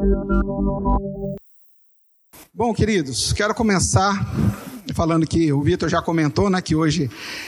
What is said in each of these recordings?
Bom, queridos, quero começar falando que o Vitor já comentou, né, que hoje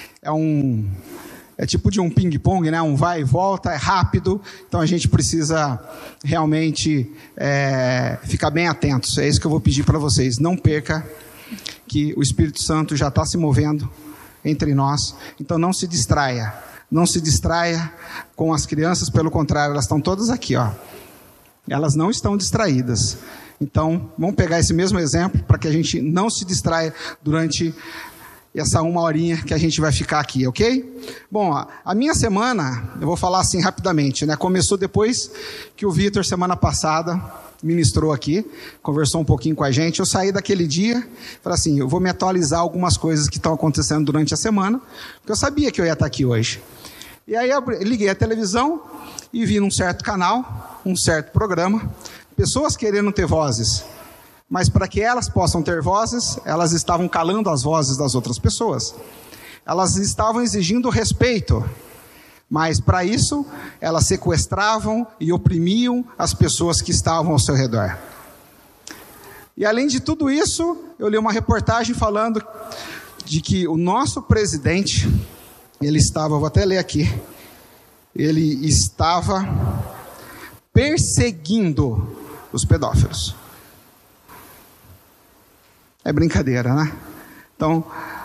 é tipo de um ping-pong, né, um vai e volta, é rápido, então a gente precisa realmente ficar bem atentos. É isso que eu vou pedir para vocês. Não perca que o Espírito Santo já está se movendo entre nós, então não se distraia. Não se distraia com as crianças, pelo contrário, elas estão todas aqui, ó. Elas não estão distraídas. Então, vamos pegar esse mesmo exemplo para que a gente não se distraia durante essa 1 horinha que a gente vai ficar aqui, ok? Bom, a minha semana, eu vou falar assim rapidamente, né? Começou depois que o Vitor, semana passada, ministrou aqui, conversou um pouquinho com a gente. Eu saí daquele dia, falei assim, eu vou me atualizar algumas coisas que estão acontecendo durante a semana, porque eu sabia que eu ia estar aqui hoje. E aí eu liguei a televisão e vi num certo canal, um certo programa, pessoas querendo ter vozes, mas para que elas possam ter vozes, elas estavam calando as vozes das outras pessoas. Elas estavam exigindo respeito, mas para isso, elas sequestravam e oprimiam as pessoas que estavam ao seu redor. E além de tudo isso, eu li uma reportagem falando de que o nosso presidente, ele estava, vou até ler aqui, ele estava perseguindo os pedófilos. É brincadeira, né? Então,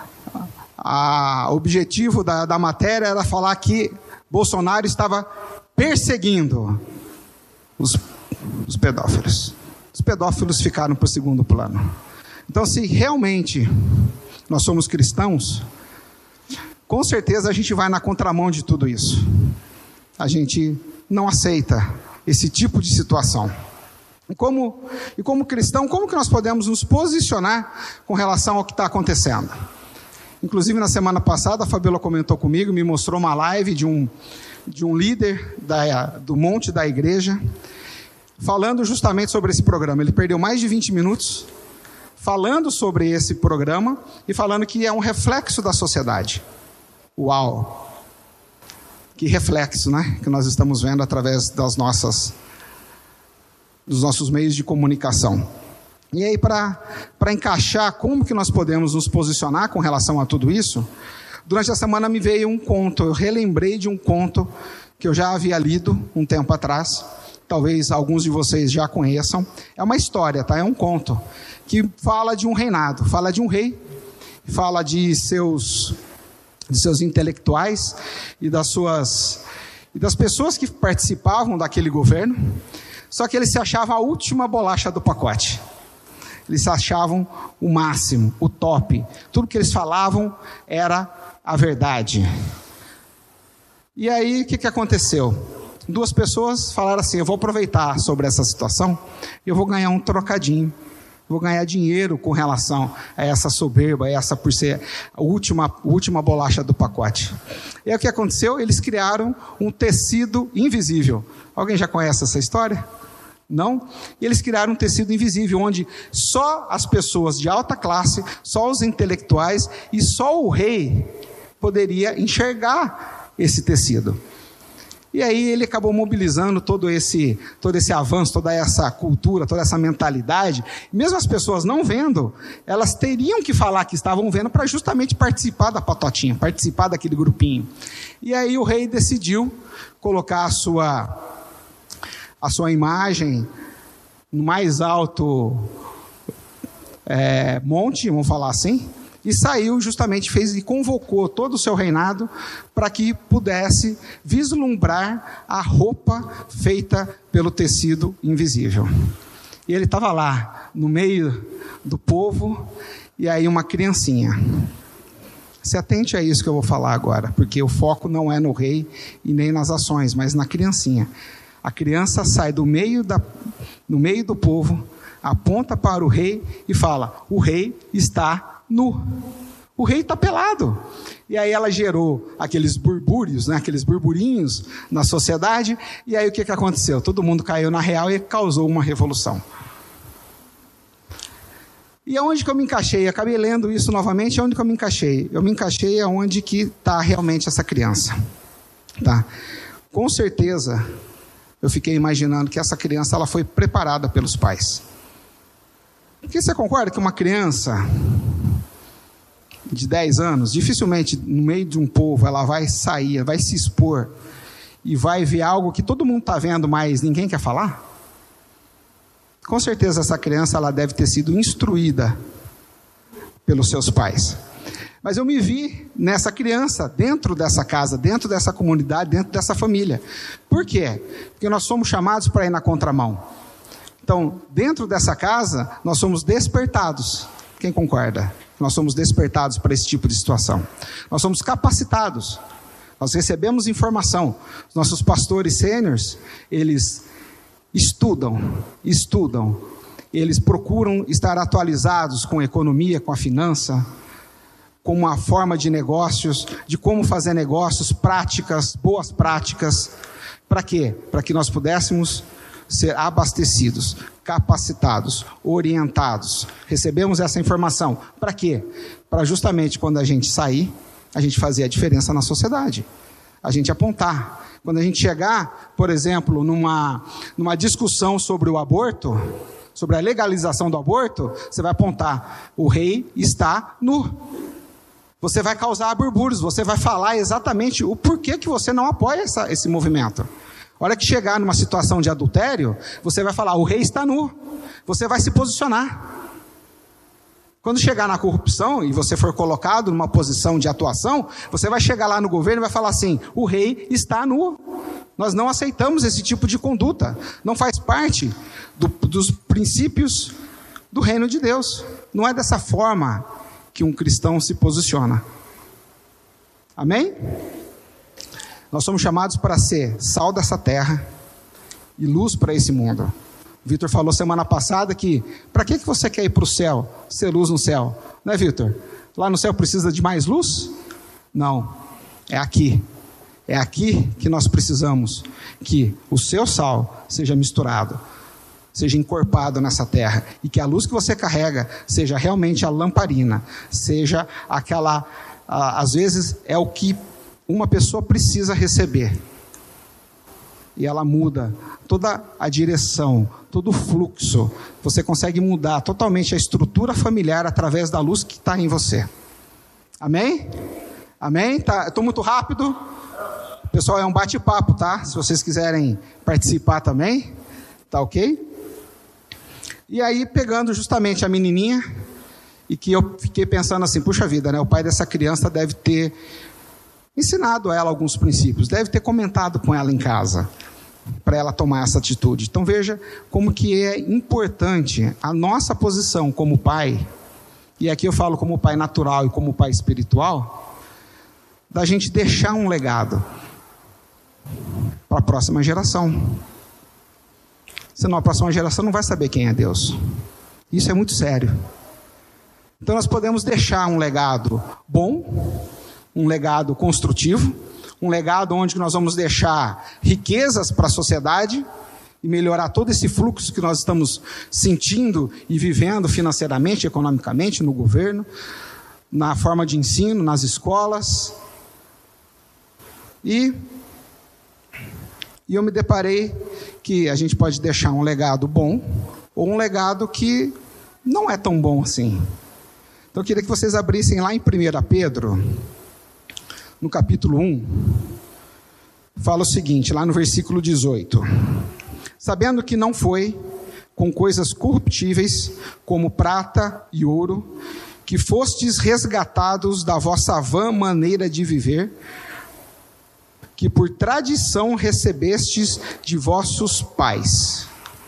o objetivo da matéria era falar que Bolsonaro estava perseguindo os pedófilos. Os pedófilos ficaram para o segundo plano. Então, se realmente nós somos cristãos, com certeza a gente vai na contramão de tudo isso. A gente não aceita esse tipo de situação. E como cristão, como que nós podemos nos posicionar com relação ao que está acontecendo? Inclusive, na semana passada, a Fabiola comentou comigo, me mostrou uma live de um líder do monte da igreja, falando justamente sobre esse programa. Ele perdeu mais de 20 minutos falando sobre esse programa e falando que é um reflexo da sociedade. Uau! Que reflexo, né? Que nós estamos vendo através dos nossos meios de comunicação. E aí, para encaixar como que nós podemos nos posicionar com relação a tudo isso, durante a semana me veio um conto, eu relembrei de um conto que eu já havia lido um tempo atrás, talvez alguns de vocês já conheçam. É uma história, tá? É um conto que fala de um reinado, fala de um rei, fala de seus intelectuais e das pessoas que participavam daquele governo, só que eles se achavam a última bolacha do pacote. Eles se achavam o máximo, o top. Tudo que eles falavam era a verdade. E aí, o que aconteceu? 2 pessoas falaram assim, eu vou aproveitar sobre essa situação e eu vou ganhar um trocadinho. Vou ganhar dinheiro com relação a essa soberba, por ser a última bolacha do pacote. E aí, o que aconteceu? Eles criaram um tecido invisível. Alguém já conhece essa história? Não? E eles criaram um tecido invisível, onde só as pessoas de alta classe, só os intelectuais e só o rei poderia enxergar esse tecido. E aí ele acabou mobilizando todo esse avanço, toda essa cultura, toda essa mentalidade. Mesmo as pessoas não vendo, elas teriam que falar que estavam vendo para justamente participar da patotinha, participar daquele grupinho. E aí o rei decidiu colocar a sua imagem no mais alto monte, vamos falar assim, e saiu justamente, e convocou todo o seu reinado para que pudesse vislumbrar a roupa feita pelo tecido invisível. E ele estava lá, no meio do povo, e aí uma criancinha. Se atente a isso que eu vou falar agora, porque o foco não é no rei e nem nas ações, mas na criancinha. A criança sai no meio do povo, aponta para o rei e fala, o rei está nu. O rei está pelado. E aí ela gerou aqueles burbúrios, né, aqueles burburinhos na sociedade, e aí o que aconteceu? Todo mundo caiu na real e causou uma revolução. E aonde que eu me encaixei? Eu acabei lendo isso novamente, aonde que eu me encaixei? Eu me encaixei aonde que está realmente essa criança. Tá? Com certeza, eu fiquei imaginando que essa criança ela foi preparada pelos pais. Porque você concorda que uma criança de 10 anos, dificilmente no meio de um povo, ela vai sair, vai se expor e vai ver algo que todo mundo está vendo, mas ninguém quer falar? Com certeza essa criança ela deve ter sido instruída pelos seus pais. Mas eu me vi nessa criança, dentro dessa casa, dentro dessa comunidade, dentro dessa família. Por quê? Porque nós somos chamados para ir na contramão. Então, dentro dessa casa, nós somos despertados. Quem concorda? Nós somos despertados para esse tipo de situação. Nós somos capacitados. Nós recebemos informação. Os nossos pastores sêniores, eles estudam. Eles procuram estar atualizados com a economia, com a finança, com uma forma de negócios, de como fazer negócios, práticas, boas práticas. Para quê? Para que nós pudéssemos ser abastecidos, capacitados, orientados. Recebemos essa informação. Para quê? Para justamente quando a gente sair, a gente fazer a diferença na sociedade. A gente apontar. Quando a gente chegar, por exemplo, numa discussão sobre o aborto, sobre a legalização do aborto, você vai apontar: o rei está nu. Você vai causar burburos, você vai falar exatamente o porquê que você não apoia esse movimento. A hora que chegar numa situação de adultério, você vai falar: o rei está nu. Você vai se posicionar. Quando chegar na corrupção e você for colocado numa posição de atuação, você vai chegar lá no governo e vai falar assim: o rei está nu. Nós não aceitamos esse tipo de conduta. Não faz parte dos princípios do reino de Deus. Não é dessa forma que um cristão se posiciona. Amém? Nós somos chamados para ser sal dessa terra e luz para esse mundo. O Vitor falou semana passada que, para que você quer ir para o céu, ser luz no céu? Não é, Vitor? Lá no céu precisa de mais luz? Não, é aqui. É aqui que nós precisamos que o seu sal seja misturado, seja encorpado nessa terra, e que a luz que você carrega seja realmente a lamparina, seja aquela, às vezes é o que uma pessoa precisa receber, e ela muda toda a direção, todo o fluxo. Você consegue mudar totalmente a estrutura familiar através da luz que está em você. Amém? Amém? Estou muito rápido? Pessoal, é um bate-papo, tá? Se vocês quiserem participar também, tá ok? E aí, pegando justamente a menininha, e que eu fiquei pensando assim: puxa vida, né? O pai dessa criança deve ter ensinado a ela alguns princípios, deve ter comentado com ela em casa, para ela tomar essa atitude. Então veja como que é importante a nossa posição como pai, e aqui eu falo como pai natural e como pai espiritual, da gente deixar um legado para a próxima geração. Senão a próxima geração não vai saber quem é Deus. Isso é muito sério. Então nós podemos deixar um legado bom, um legado construtivo, um legado onde nós vamos deixar riquezas para a sociedade e melhorar todo esse fluxo que nós estamos sentindo e vivendo financeiramente, economicamente, no governo, na forma de ensino, nas escolas. E eu me deparei que a gente pode deixar um legado bom ou um legado que não é tão bom assim. Então eu queria que vocês abrissem lá em 1 Pedro, no capítulo 1, fala o seguinte, lá no versículo 18: sabendo que não foi com coisas corruptíveis, como prata e ouro, que fostes resgatados da vossa vã maneira de viver, que por tradição recebestes de vossos pais.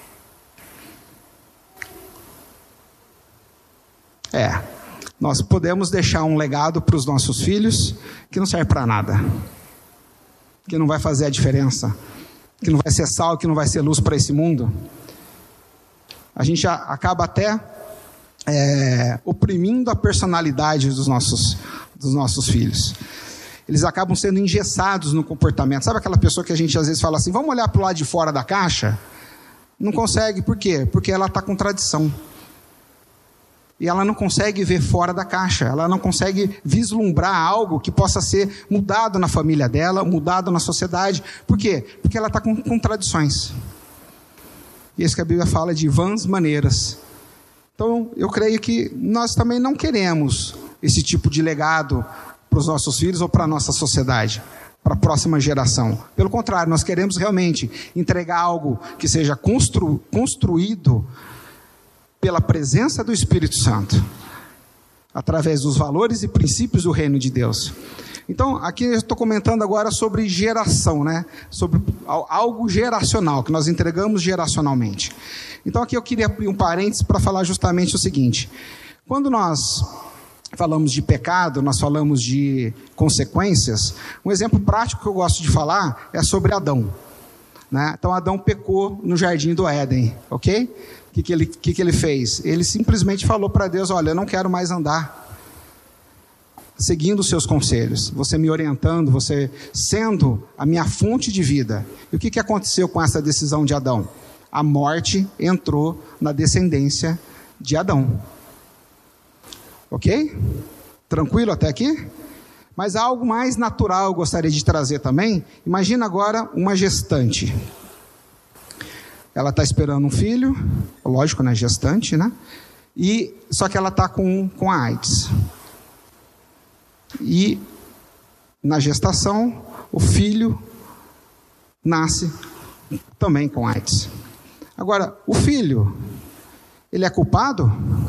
Nós podemos deixar um legado para os nossos filhos que não serve para nada, que não vai fazer a diferença, que não vai ser sal, que não vai ser luz para esse mundo. A gente acaba até oprimindo a personalidade dos nossos filhos. Eles acabam sendo engessados no comportamento. Sabe aquela pessoa que a gente às vezes fala assim: vamos olhar para o lado de fora da caixa? Não consegue, por quê? Porque ela está com tradição. e ela não consegue ver fora da caixa, ela não consegue vislumbrar algo que possa ser mudado na família dela, mudado na sociedade. Por quê? Porque ela está com contradições. E isso que a Bíblia fala de vãs maneiras. Então, eu creio que nós também não queremos esse tipo de legado para os nossos filhos ou para a nossa sociedade, para a próxima geração. Pelo contrário, nós queremos realmente entregar algo que seja construído pela presença do Espírito Santo, através dos valores e princípios do reino de Deus. Então, aqui eu estou comentando agora sobre geração, né? Sobre algo geracional, que nós entregamos geracionalmente. Então, aqui eu queria abrir um parênteses para falar justamente o seguinte. Quando nós falamos de pecado, nós falamos de consequências, um exemplo prático que eu gosto de falar é sobre Adão, né? Então, Adão pecou no jardim do Éden, ok? O que ele fez? Ele simplesmente falou para Deus: olha, eu não quero mais andar seguindo os seus conselhos, você me orientando, você sendo a minha fonte de vida. E o que aconteceu com essa decisão de Adão? A morte entrou na descendência de Adão. Ok? Tranquilo até aqui? Mas algo mais natural eu gostaria de trazer também. Imagina agora uma gestante. Ela está esperando um filho, lógico, né? Gestante, né? Só que ela está com a AIDS. E na gestação, o filho nasce também com AIDS. Agora, o filho, ele é culpado?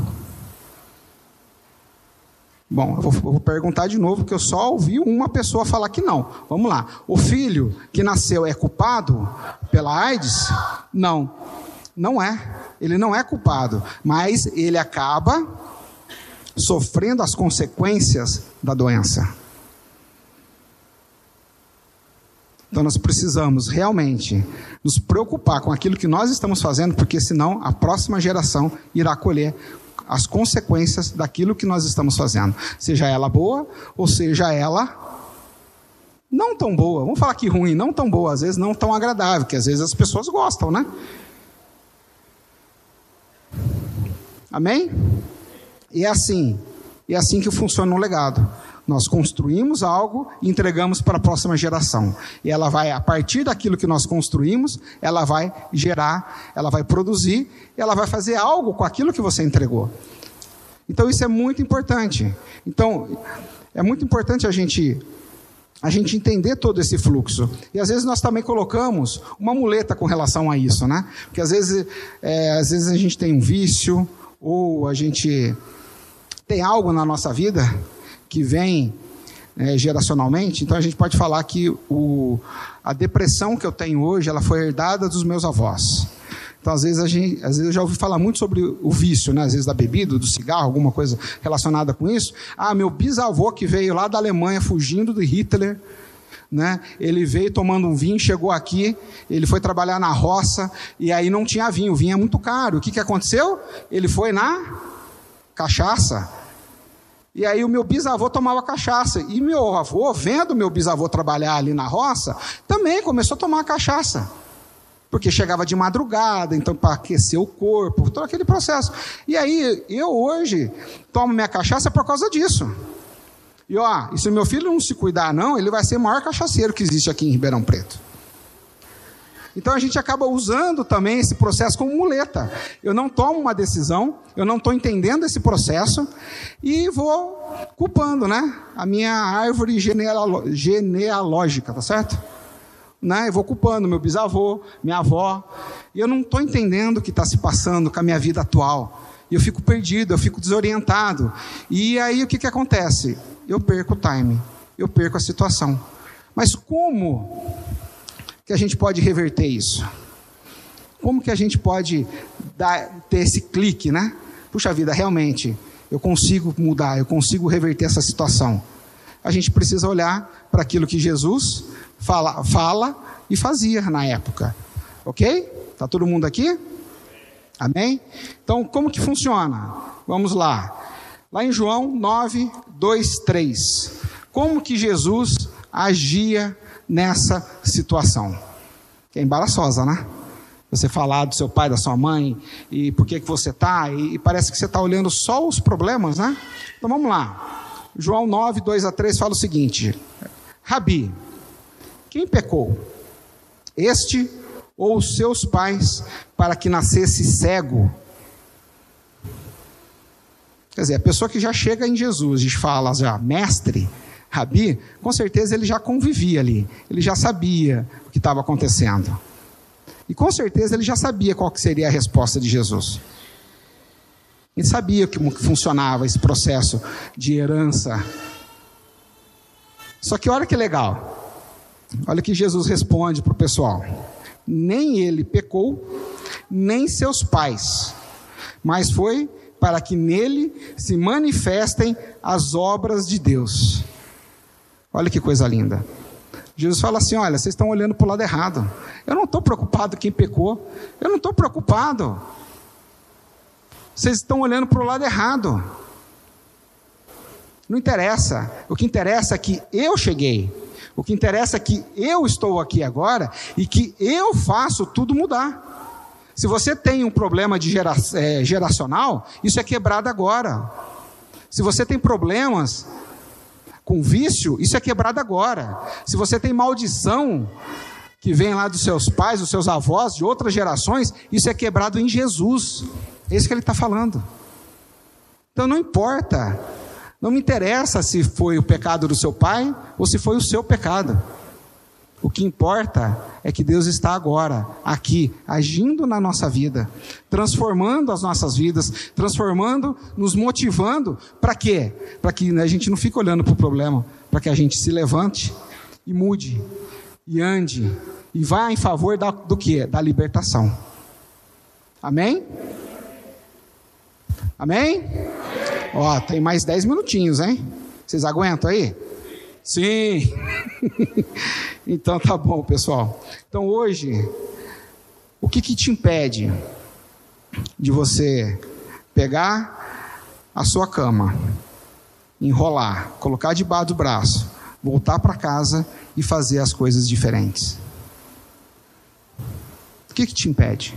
Bom, eu vou perguntar de novo, porque eu só ouvi uma pessoa falar que não. Vamos lá. O filho que nasceu é culpado pela AIDS? Não, não é. Ele não é culpado, mas ele acaba sofrendo as consequências da doença. Então nós precisamos realmente nos preocupar com aquilo que nós estamos fazendo, porque senão a próxima geração irá colher as consequências daquilo que nós estamos fazendo, seja ela boa ou seja ela não tão boa. Vamos falar que ruim, não tão boa, às vezes não tão agradável, porque às vezes as pessoas gostam, né? Amém? E é assim que funciona um legado. Nós construímos algo e entregamos para a próxima geração. E ela vai, a partir daquilo que nós construímos, ela vai gerar, ela vai produzir, e ela vai fazer algo com aquilo que você entregou. Então isso é muito importante. Então, é muito importante a gente entender todo esse fluxo. E às vezes nós também colocamos uma muleta com relação a isso, né? Porque às vezes a gente tem um vício, ou a gente tem algo na nossa vida que vem geracionalmente. Então a gente pode falar que a depressão que eu tenho hoje, ela foi herdada dos meus avós. Então às vezes eu já ouvi falar muito sobre o vício, né? Às vezes da bebida, do cigarro, alguma coisa relacionada com isso. Meu bisavô que veio lá da Alemanha fugindo do Hitler, né? Ele veio tomando um vinho, chegou aqui, ele foi trabalhar na roça, e aí não tinha vinho, o vinho é muito caro. O que aconteceu? Ele foi na cachaça. E aí o meu bisavô tomava cachaça. E meu avô, vendo meu bisavô trabalhar ali na roça, também começou a tomar cachaça. Porque chegava de madrugada, então para aquecer o corpo, todo aquele processo. E aí, eu hoje tomo minha cachaça por causa disso. E se meu filho não se cuidar não, ele vai ser o maior cachaceiro que existe aqui em Ribeirão Preto. Então a gente acaba usando também esse processo como muleta. Eu não tomo uma decisão, eu não estou entendendo esse processo e vou culpando, né, a minha árvore genealógica, tá certo? Né? Eu vou culpando meu bisavô, minha avó, e eu não estou entendendo o que está se passando com a minha vida atual. E eu fico perdido, eu fico desorientado. E aí o que acontece? Eu perco o time, eu perco a situação. Mas como que a gente pode reverter isso? Como que a gente pode ter esse clique, né? Puxa vida, realmente, eu consigo mudar, eu consigo reverter essa situação. A gente precisa olhar para aquilo que Jesus fala e fazia na época. Ok? Está todo mundo aqui? Amém? Então, como que funciona? Vamos lá. Lá em João 9, 2, 3. Como que Jesus agia nessa situação? Que é embaraçosa, né? Você falar do seu pai, da sua mãe, e por que você está, e parece que você está olhando só os problemas, né? Então vamos lá. João 9, 2-3 fala o seguinte: Rabi, quem pecou? Este ou os seus pais, para que nascesse cego? Quer dizer, a pessoa que já chega em Jesus e fala já, mestre, Rabi, com certeza ele já convivia ali, ele já sabia o que estava acontecendo. E com certeza ele já sabia qual que seria a resposta de Jesus. Ele sabia como que funcionava esse processo de herança. Só que olha que legal, olha que Jesus responde para o pessoal: nem ele pecou, nem seus pais, mas foi para que nele se manifestem as obras de Deus. Olha que coisa linda. Jesus fala assim: olha, vocês estão olhando para o lado errado. Eu não estou preocupado quem pecou. Eu não estou preocupado. Vocês estão olhando para o lado errado. Não interessa. O que interessa é que eu cheguei. O que interessa é que eu estou aqui agora e que eu faço tudo mudar. Se você tem um problema de geracional, isso é quebrado agora. Se você tem problemas com vício, isso é quebrado agora. Se você tem maldição que vem lá dos seus pais, dos seus avós, de outras gerações, isso é quebrado em Jesus. É isso que ele está falando. Então não importa, não me interessa se foi o pecado do seu pai ou se foi o seu pecado. O que importa é que Deus está agora, aqui, agindo na nossa vida, transformando as nossas vidas, transformando, nos motivando, para quê? Para que a gente não fique olhando para o problema, para que a gente se levante e mude, e ande, e vá em favor do quê? Da libertação. Amém? Amém? Ó, tem mais 10 minutinhos, hein? Vocês aguentam aí? Sim. Então tá bom, pessoal. Então hoje, o que te impede de você pegar a sua cama, enrolar, colocar debaixo do braço, voltar para casa e fazer as coisas diferentes? O que te impede?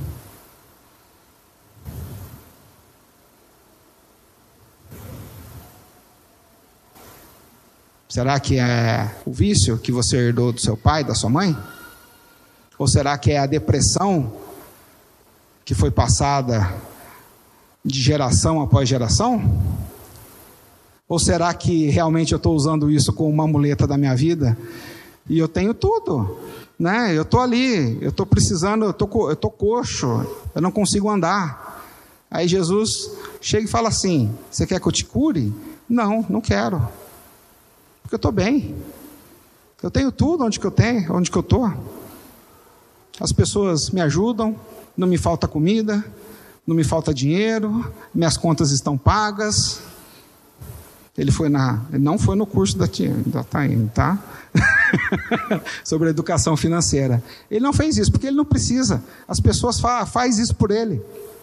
Será que é o vício que você herdou do seu pai, da sua mãe? Ou será que é a depressão que foi passada de geração após geração? Ou será que realmente eu estou usando isso como uma muleta da minha vida? E eu tenho tudo, né? Eu estou ali, eu estou precisando, eu estou coxo, eu não consigo andar. Aí Jesus chega e fala assim: você quer que eu te cure? Não, não quero. Porque eu estou bem, eu tenho tudo onde que eu estou. As pessoas me ajudam, não me falta comida, não me falta dinheiro, minhas contas estão pagas. Ele não foi no curso da tia, ainda está indo, tá? Sobre a educação financeira. Ele não fez isso, porque ele não precisa. As pessoas fazem isso por ele.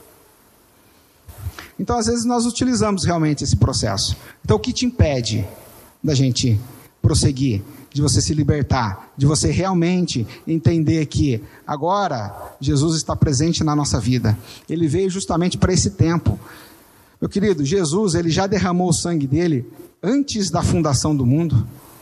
Então, às vezes, nós utilizamos realmente esse processo. Então, o que te impede da gente prosseguir, de você se libertar, de você realmente entender que agora Jesus está presente na nossa vida? Ele veio justamente para esse tempo. Meu querido, Jesus, ele já derramou o sangue dele antes da fundação do mundo.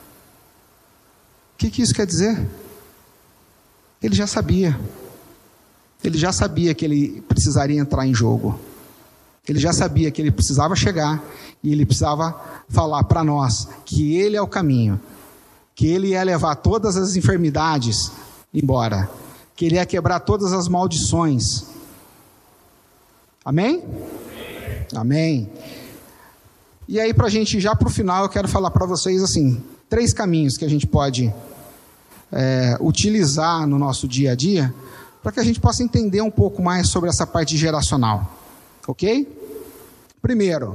O que isso quer dizer? Ele já sabia. Ele já sabia que ele precisaria entrar em jogo. Ele já sabia que ele precisava chegar e ele precisava falar para nós que ele é o caminho, que ele ia levar todas as enfermidades embora, que ele ia quebrar todas as maldições. Amém? Amém. E aí, para a gente já para o final, eu quero falar para vocês assim, 3 caminhos que a gente pode utilizar no nosso dia a dia, para que a gente possa entender um pouco mais sobre essa parte geracional. Ok? Primeiro,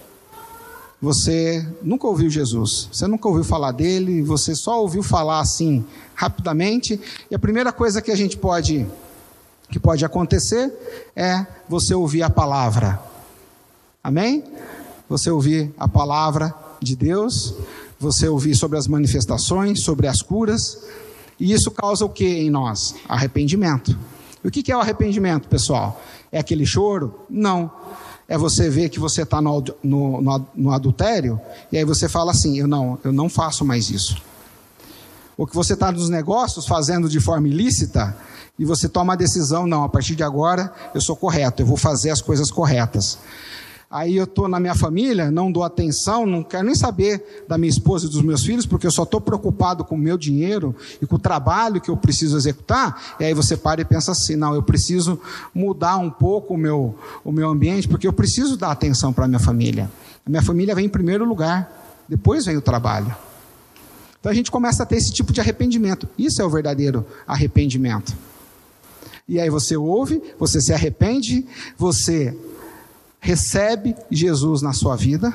você nunca ouviu Jesus, você nunca ouviu falar dele, você só ouviu falar assim, rapidamente, e a primeira coisa que pode acontecer é você ouvir a palavra. Amém? Você ouvir a palavra de Deus, você ouvir sobre as manifestações, sobre as curas, e isso causa o que em nós? Arrependimento. E o que é o arrependimento, pessoal? É aquele choro? Não. É você ver que você está no adultério, e aí você fala assim, eu não faço mais isso. Ou que você está nos negócios fazendo de forma ilícita, e você toma a decisão, não, a partir de agora eu sou correto, eu vou fazer as coisas corretas. Aí eu estou na minha família, não dou atenção, não quero nem saber da minha esposa e dos meus filhos, porque eu só estou preocupado com o meu dinheiro e com o trabalho que eu preciso executar. E aí você para e pensa assim, não, eu preciso mudar um pouco o meu ambiente, porque eu preciso dar atenção para a minha família. A minha família vem em primeiro lugar, depois vem o trabalho. Então a gente começa a ter esse tipo de arrependimento. Isso é o verdadeiro arrependimento. E aí você ouve, você se arrepende, você recebe Jesus na sua vida,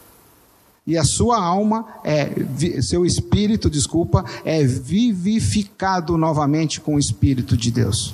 e a sua alma, seu espírito, é vivificado novamente com o Espírito de Deus.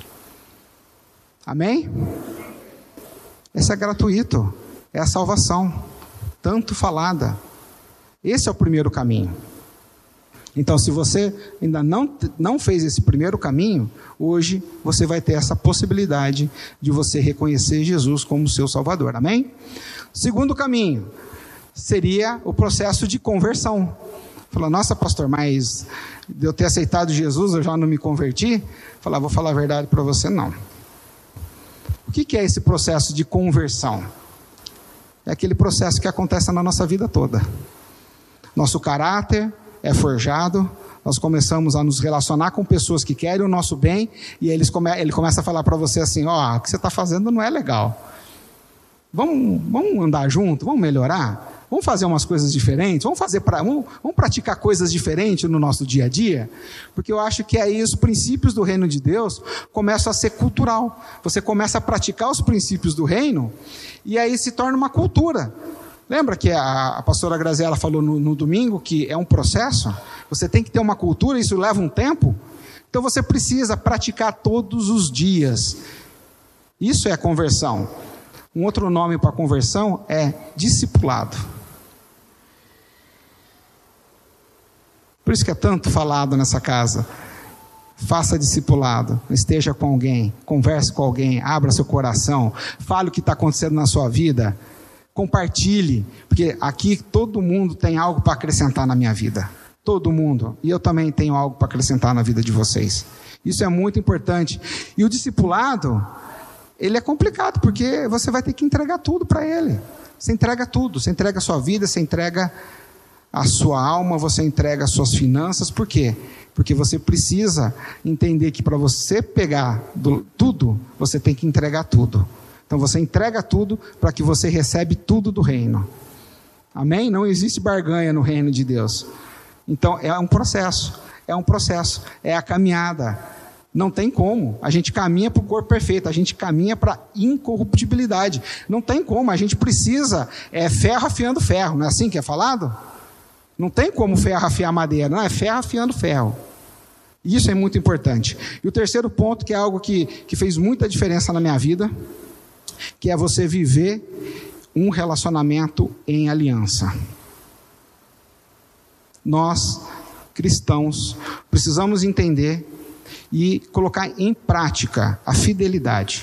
Amém? Isso é gratuito, é a salvação, tanto falada. Esse é o primeiro caminho. Então, se você ainda não fez esse primeiro caminho, hoje você vai ter essa possibilidade de você reconhecer Jesus como seu Salvador. Amém? O segundo caminho seria o processo de conversão. Fala, nossa, pastor, mas de eu ter aceitado Jesus, eu já não me converti? Fala, vou falar a verdade para você, não. O que é esse processo de conversão? É aquele processo que acontece na nossa vida toda. Nosso caráter é forjado, nós começamos a nos relacionar com pessoas que querem o nosso bem, e ele começa a falar para você assim, o que você está fazendo não é legal. Vamos andar junto, vamos melhorar, vamos fazer umas coisas diferentes, vamos praticar coisas diferentes no nosso dia a dia, porque eu acho que aí os princípios do reino de Deus começam a ser cultural. Você começa a praticar os princípios do reino, e aí se torna uma cultura. Lembra que a pastora Graziela falou no domingo que é um processo? Você tem que ter uma cultura, isso leva um tempo. Então você precisa praticar todos os dias. Isso é conversão. Um outro nome para conversão é discipulado. Por isso que é tanto falado nessa casa. Faça discipulado, esteja com alguém, converse com alguém, abra seu coração, fale o que está acontecendo na sua vida. Compartilhe, porque aqui todo mundo tem algo para acrescentar na minha vida. Todo mundo. E eu também tenho algo para acrescentar na vida de vocês. Isso é muito importante. E o discipulado, ele é complicado, porque você vai ter que entregar tudo para ele. Você entrega tudo. Você entrega a sua vida, você entrega a sua alma, você entrega as suas finanças. Por quê? Porque você precisa entender que para você pegar tudo, você tem que entregar tudo. Então você entrega tudo para que você recebe tudo do reino. Amém? Não existe barganha no reino de Deus. Então é um processo, é a caminhada. Não tem como, a gente caminha para o corpo perfeito, a gente caminha para a incorruptibilidade. Não tem como, a gente precisa, ferro afiando ferro, não é assim que é falado? Não tem como ferro afiar madeira, não, é ferro afiando ferro. Isso é muito importante. E o terceiro ponto, que é algo que fez muita diferença na minha vida, que é você viver um relacionamento em aliança. Nós, cristãos, precisamos entender e colocar em prática a fidelidade.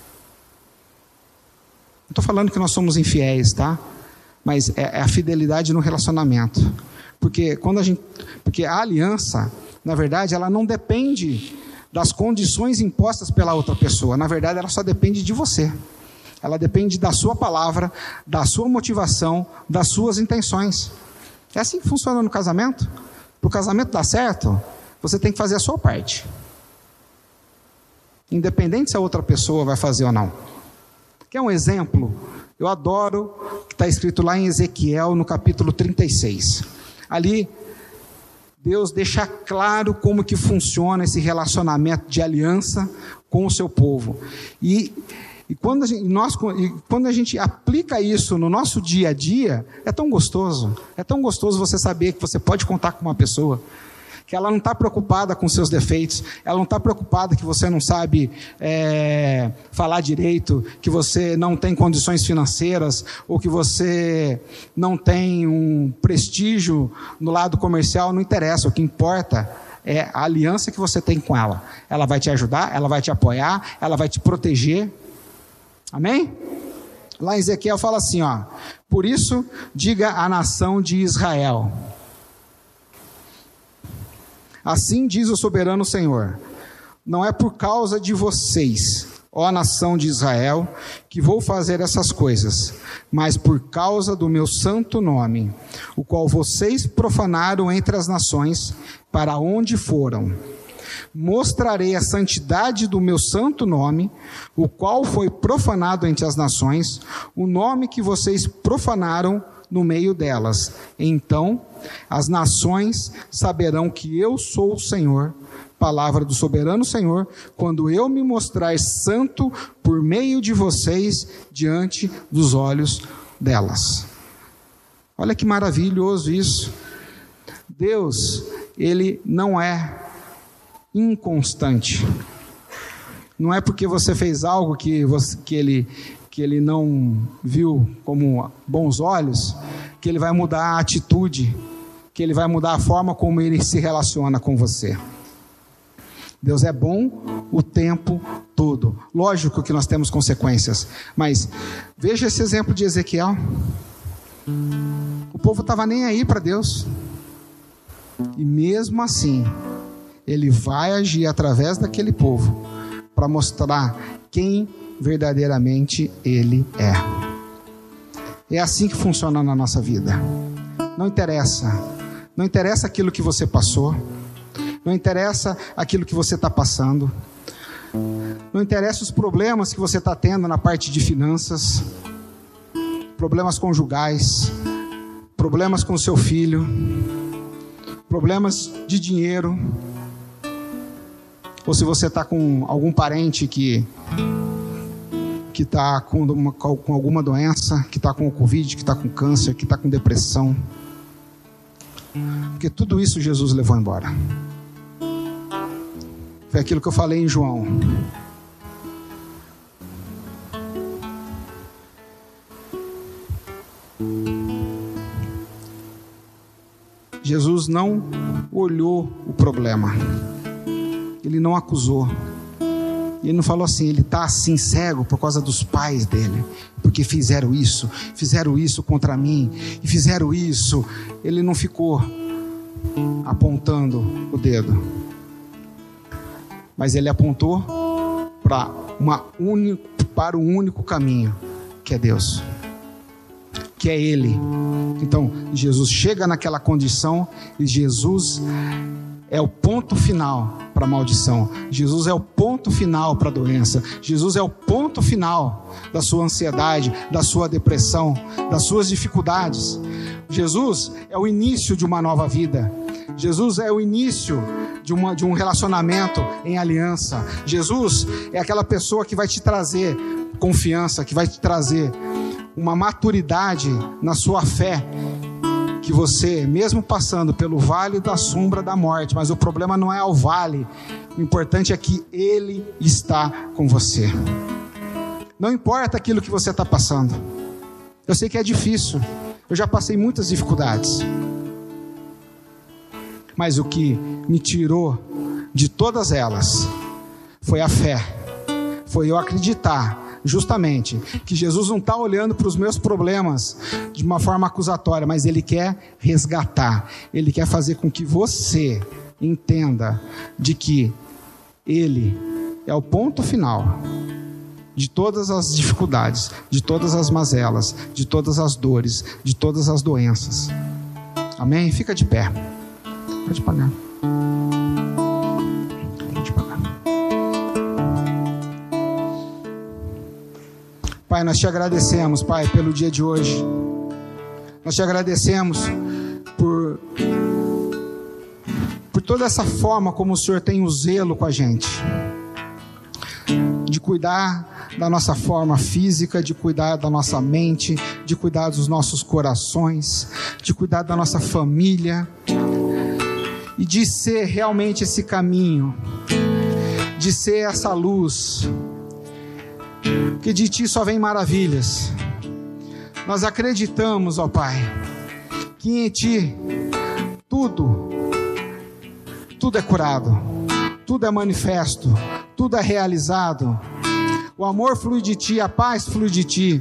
Não estou falando que nós somos infiéis, tá? Mas é a fidelidade no relacionamento. Porque a aliança, na verdade, ela não depende das condições impostas pela outra pessoa. Na verdade, ela só depende de você. Ela depende da sua palavra, da sua motivação, das suas intenções. É assim que funciona no casamento. Para o casamento dar certo, você tem que fazer a sua parte. Independente se a outra pessoa vai fazer ou não. Quer um exemplo? Eu adoro o que está escrito lá em Ezequiel, no capítulo 36. Ali, Deus deixa claro como que funciona esse relacionamento de aliança com o seu povo. E quando a gente aplica isso no nosso dia a dia, é tão gostoso você saber que você pode contar com uma pessoa, que ela não está preocupada com seus defeitos, ela não está preocupada que você não sabe falar direito, que você não tem condições financeiras, ou que você não tem um prestígio no lado comercial, não interessa, o que importa é a aliança que você tem com ela. Ela vai te ajudar, ela vai te apoiar, ela vai te proteger. Amém? Lá em Ezequiel fala assim, ó: por isso diga à nação de Israel, assim diz o soberano Senhor, não é por causa de vocês, ó nação de Israel, que vou fazer essas coisas, mas por causa do meu santo nome, o qual vocês profanaram entre as nações, para onde foram. Mostrarei a santidade do meu santo nome, o qual foi profanado entre as nações, o nome que vocês profanaram no meio delas. Então as nações saberão que eu sou o Senhor, palavra do soberano Senhor, quando eu me mostrar santo por meio de vocês diante dos olhos delas. Olha que maravilhoso isso. Deus, Ele não é inconstante. Não é porque você fez algo que ele não viu como bons olhos, que Ele vai mudar a atitude, que Ele vai mudar a forma como Ele se relaciona com você. Deus é bom o tempo todo. Lógico que nós temos consequências, mas veja esse exemplo de Ezequiel. O povo estava nem aí para Deus, e mesmo assim Ele vai agir através daquele povo para mostrar quem verdadeiramente Ele é. É assim que funciona na nossa vida. Não interessa aquilo que você passou, não interessa aquilo que você está passando, não interessa os problemas que você está tendo na parte de finanças, problemas conjugais, problemas com o seu filho, problemas de dinheiro, ou se você está com algum parente que está com alguma doença, que está com o Covid, que está com câncer, que está com depressão, porque tudo isso Jesus levou embora. Foi aquilo que eu falei em João. Jesus não olhou o problema, Ele não acusou, Ele não falou assim, ele está assim cego por causa dos pais dele, porque fizeram isso contra mim, e fizeram isso. Ele não ficou apontando o dedo, mas ele apontou para o único caminho, que é Deus, que é Ele. Então Jesus chega naquela condição, e Jesus é o ponto final para a maldição. Jesus é o ponto final para a doença. Jesus é o ponto final da sua ansiedade, da sua depressão, das suas dificuldades. Jesus é o início de uma nova vida. Jesus é o início de um relacionamento em aliança. Jesus é aquela pessoa que vai te trazer confiança, que vai te trazer uma maturidade na sua fé, que você, mesmo passando pelo vale da sombra da morte, mas o problema não é o vale, o importante é que Ele está com você. Não importa aquilo que você está passando. Eu sei que é difícil, eu já passei muitas dificuldades, mas o que me tirou de todas elas foi a fé, foi eu acreditar justamente que Jesus não está olhando para os meus problemas de uma forma acusatória, mas Ele quer resgatar, Ele quer fazer com que você entenda de que Ele é o ponto final de todas as dificuldades, de todas as mazelas, de todas as dores, de todas as doenças. Amém? Fica de pé. Pode pagar. Pai, nós te agradecemos, Pai, pelo dia de hoje. Nós te agradecemos por toda essa forma como o Senhor tem o zelo com a gente, de cuidar da nossa forma física, de cuidar da nossa mente, de cuidar dos nossos corações, de cuidar da nossa família, e de ser realmente esse caminho, de ser essa luz, porque de Ti só vem maravilhas. Nós acreditamos, ó Pai, que em Ti tudo tudo é curado, tudo é manifesto, tudo é realizado. O amor flui de Ti, a paz flui de Ti.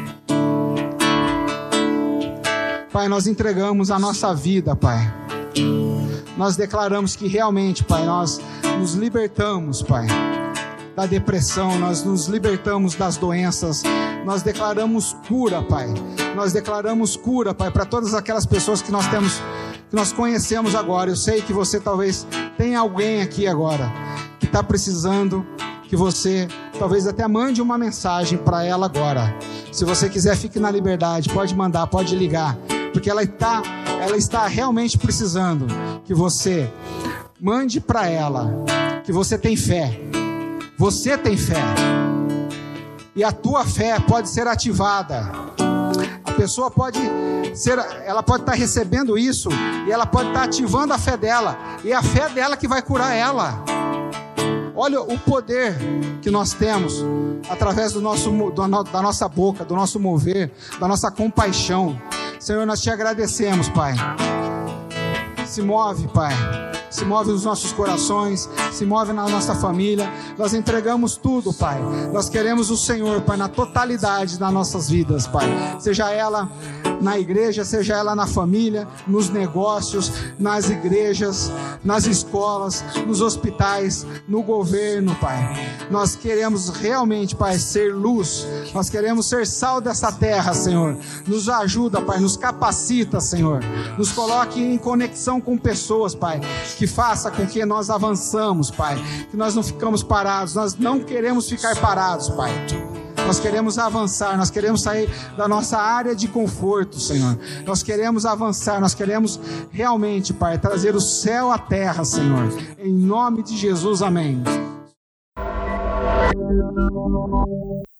Pai, nós entregamos a nossa vida, Pai. Nós declaramos que realmente, Pai, nós nos libertamos, Pai, da depressão, nós nos libertamos das doenças, nós declaramos cura, Pai. Nós declaramos cura, Pai, para todas aquelas pessoas que nós conhecemos agora. Eu sei que você talvez tenha alguém aqui agora que está precisando, que você talvez até mande uma mensagem para ela agora. Se você quiser, fique na liberdade, pode mandar, pode ligar, porque ela está realmente precisando que você mande para ela que você tem fé. Você tem fé. E a tua fé pode ser ativada. A pessoa ela pode estar recebendo isso e ela pode estar ativando a fé dela. E é a fé dela que vai curar ela. Olha o poder que nós temos através da nossa boca, do nosso mover, da nossa compaixão. Senhor, nós te agradecemos, Pai. Se move, Pai. Se move nos nossos corações, se move na nossa família. Nós entregamos tudo, Pai. Nós queremos o Senhor, Pai, na totalidade das nossas vidas, Pai. Seja ela na igreja, seja ela na família, nos negócios, nas igrejas, nas escolas, nos hospitais, no governo, Pai. Nós queremos realmente, Pai, ser luz. Nós queremos ser sal dessa terra, Senhor. Nos ajuda, Pai, nos capacita, Senhor. Nos coloque em conexão com pessoas, Pai, que faça com que nós avançamos, Pai. Que nós não ficamos parados. Nós não queremos ficar parados, Pai. Nós queremos avançar, nós queremos sair da nossa área de conforto, Senhor. Nós queremos avançar, nós queremos realmente, Pai, trazer o céu à terra, Senhor. Em nome de Jesus, amém.